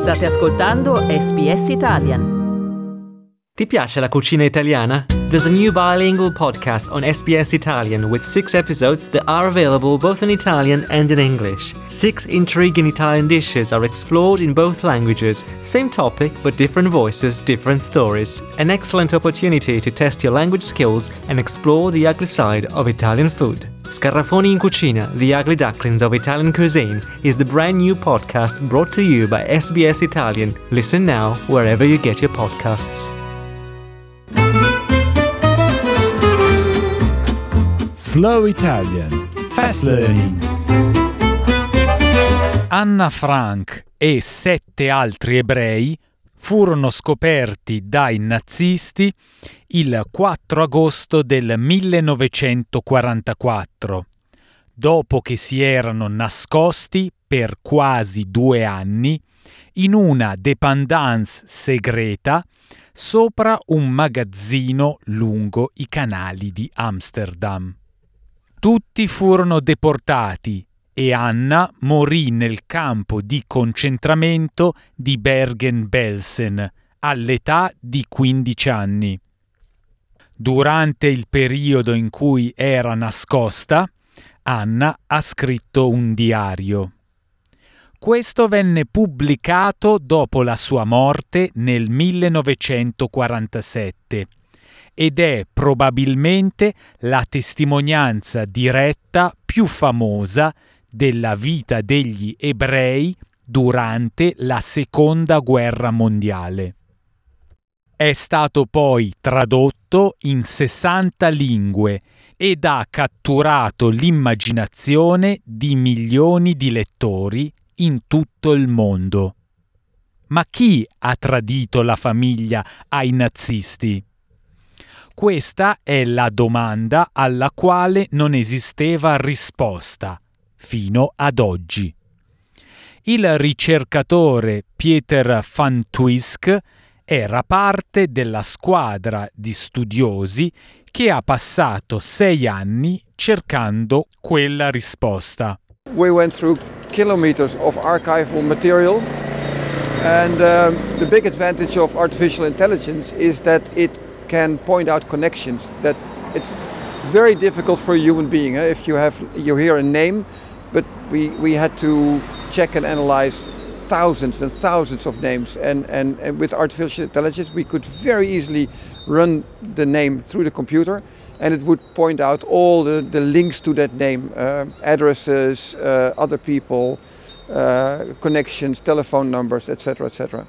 State ascoltando SBS Italian. Ti piace la cucina italiana? There's a new bilingual podcast on SBS Italian with 6 episodes that are available both in Italian and in English. 6 intriguing Italian dishes are explored in both languages. Same topic, but different voices, different stories. An excellent opportunity to test your language skills and explore the ugly side of Italian food. Scarafoni in Cucina, The Ugly Ducklings of Italian Cuisine, is the brand new podcast brought to you by SBS Italian. Listen now wherever you get your podcasts. Slow Italian Fast Learning. Anna Frank e 7 altri ebrei furono scoperti dai nazisti il 4 agosto del 1944, dopo che si erano nascosti per quasi 2 anni in una dépendance segreta sopra un magazzino lungo i canali di Amsterdam. Tutti furono deportati e Anna morì nel campo di concentramento di Bergen-Belsen all'età di 15 anni. Durante il periodo in cui era nascosta, Anna ha scritto un diario. Questo venne pubblicato dopo la sua morte nel 1947 ed è probabilmente la testimonianza diretta più famosa della vita degli ebrei durante la Seconda Guerra Mondiale. È stato poi tradotto in 60 lingue ed ha catturato l'immaginazione di milioni di lettori in tutto il mondo. Ma chi ha tradito la famiglia ai nazisti? Questa è la domanda alla quale non esisteva risposta fino ad oggi. Il ricercatore Pieter van Tuysk era parte della squadra di studiosi che ha passato 6 anni cercando quella risposta. We went through kilometers of archival material, and the big advantage of artificial intelligence is that it can point out connections that it's very difficult for a human being. If you hear a name, but we had to check and analyze thousands and thousands of names, and with artificial intelligence we could very easily run the name through the computer and it would point out all the links to that name, addresses, other people, connections, telephone numbers, etc., etc.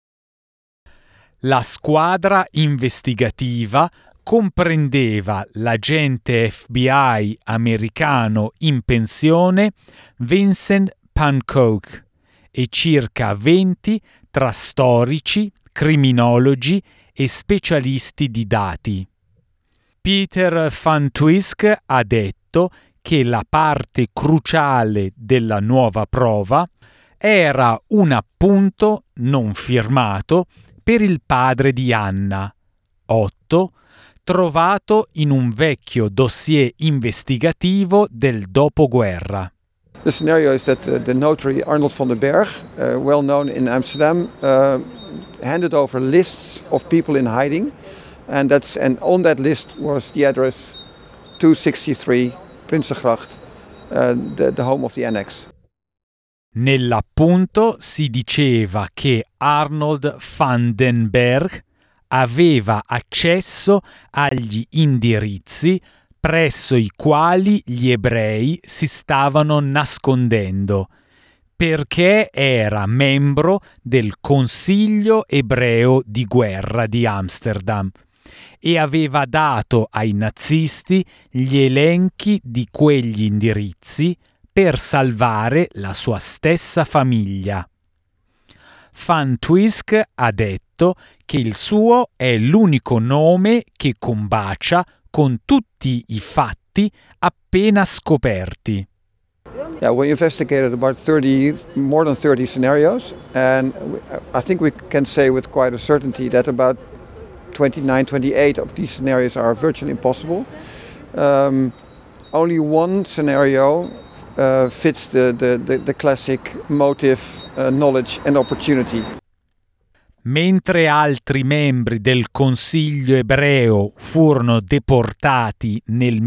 La squadra investigativa comprendeva l'agente FBI americano in pensione Vincent Pankow e circa 20 tra storici, criminologi e specialisti di dati. Pieter van Tuysk ha detto che la parte cruciale della nuova prova era un appunto non firmato per il padre di Anna, Otto, trovato in un vecchio dossier investigativo del dopoguerra. The scenario is that the notary Arnold van den Berg, well known in Amsterdam, handed over lists of people in hiding, and on that list was the address 263 Prinsengracht, the home of the annex. Nell'appunto si diceva che Arnold van den Berg aveva accesso agli indirizzi presso i quali gli ebrei si stavano nascondendo, perché era membro del Consiglio ebreo di guerra di Amsterdam e aveva dato ai nazisti gli elenchi di quegli indirizzi per salvare la sua stessa famiglia. Van Tuysk ha detto che il suo è l'unico nome che combacia con tutti i fatti appena scoperti. Yeah, we investigated about more than 30 scenarios, and I think we can say with quite a certainty that about 28 of these scenarios are virtually impossible. Only one scenario fits the classic motive, knowledge and opportunity. Mentre altri membri del Consiglio ebreo furono deportati nel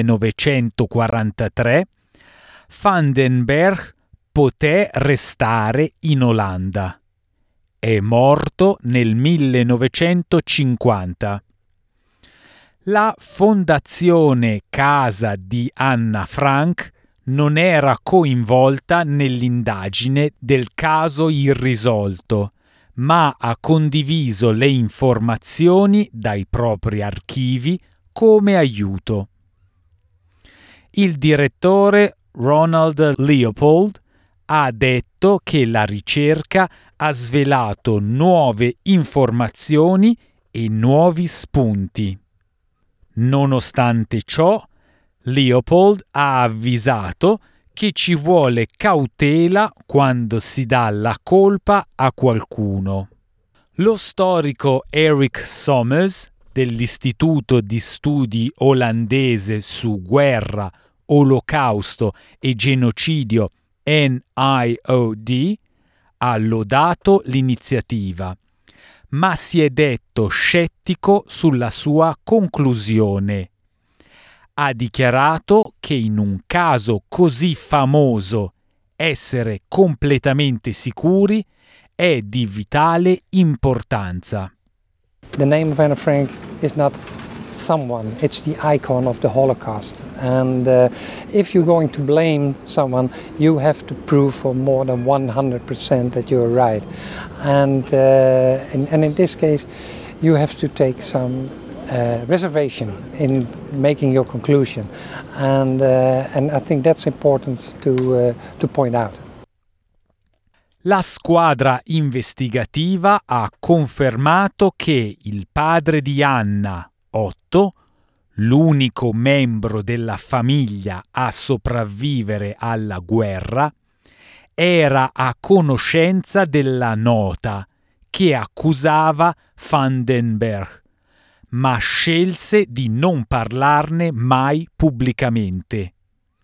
1943, Van den Bergh poté restare in Olanda. È morto nel 1950. La Fondazione Casa di Anna Frank non era coinvolta nell'indagine del caso irrisolto, ma ha condiviso le informazioni dai propri archivi come aiuto. Il direttore Ronald Leopold ha detto che la ricerca ha svelato nuove informazioni e nuovi spunti. Nonostante ciò, Leopold ha avvisato che ci vuole cautela quando si dà la colpa a qualcuno. Lo storico Eric Sommers dell'Istituto di Studi olandese su guerra, olocausto e genocidio NIOD ha lodato l'iniziativa, ma si è detto scettico sulla sua conclusione. Ha dichiarato che in un caso così famoso essere completamente sicuri è di vitale importanza. The name of Anne Frank is not someone, it's the icon of the Holocaust. And if you're going to blame someone, you have to prove for more than 100% that you're right. And in this case, you have to take some reservation in making your conclusion, and I think that's important to point out. La squadra investigativa ha confermato che il padre di Anna, Otto, l'unico membro della famiglia a sopravvivere alla guerra, era a conoscenza della nota che accusava Van den Bergh, ma scelse di non parlarne mai pubblicamente.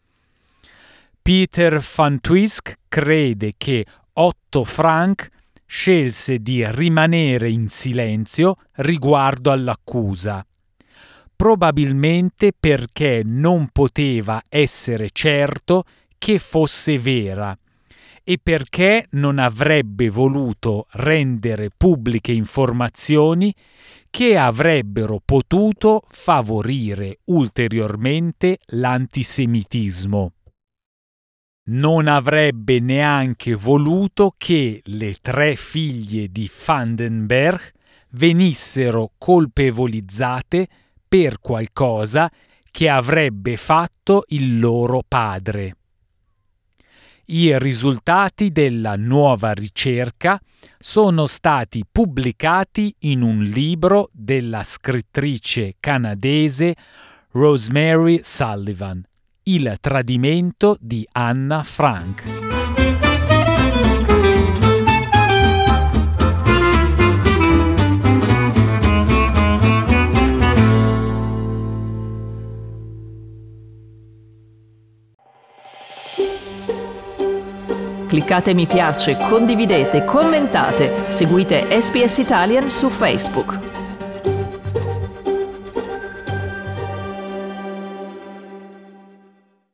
Peter van Twisk crede che Otto Frank scelse di rimanere in silenzio riguardo all'accusa, probabilmente perché non poteva essere certo che fosse vera e perché non avrebbe voluto rendere pubbliche informazioni che avrebbero potuto favorire ulteriormente l'antisemitismo. Non avrebbe neanche voluto che le 3 figlie di Van den Bergh venissero colpevolizzate per qualcosa che avrebbe fatto il loro padre. I risultati della nuova ricerca sono stati pubblicati in un libro della scrittrice canadese Rosemary Sullivan, Il tradimento di Anna Frank. Cliccate mi piace, condividete, commentate, seguite SBS Italian su Facebook.